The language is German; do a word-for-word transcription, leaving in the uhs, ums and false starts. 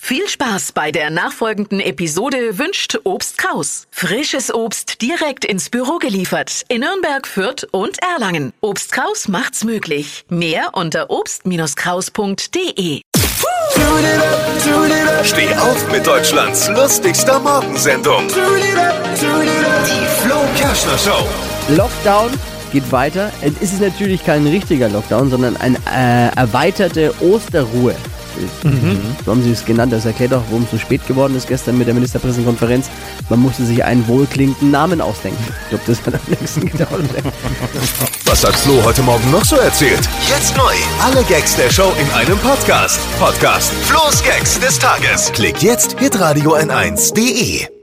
Viel Spaß bei der nachfolgenden Episode wünscht Obst Kraus. Frisches Obst direkt ins Büro geliefert in Nürnberg, Fürth und Erlangen. Obst Kraus macht's möglich. Mehr unter obst kraus punkt de. Steh auf mit Deutschlands lustigster Morgensendung. Die Flo Kerschner Show. Lockdown geht weiter. Es ist natürlich kein richtiger Lockdown, sondern eine äh, erweiterte Osterruhe. Mhm. So haben sie es genannt. Das erklärt auch, warum es so spät geworden ist gestern mit der Ministerpräsidentenkonferenz. Man musste sich einen wohlklingenden Namen ausdenken. Ich glaube, das hat am längsten gedauert. Was hat Flo heute Morgen noch so erzählt? Jetzt neu. Alle Gags der Show in einem Podcast. Podcast Flo's Gags des Tages. Klick jetzt hitradio n eins punkt de.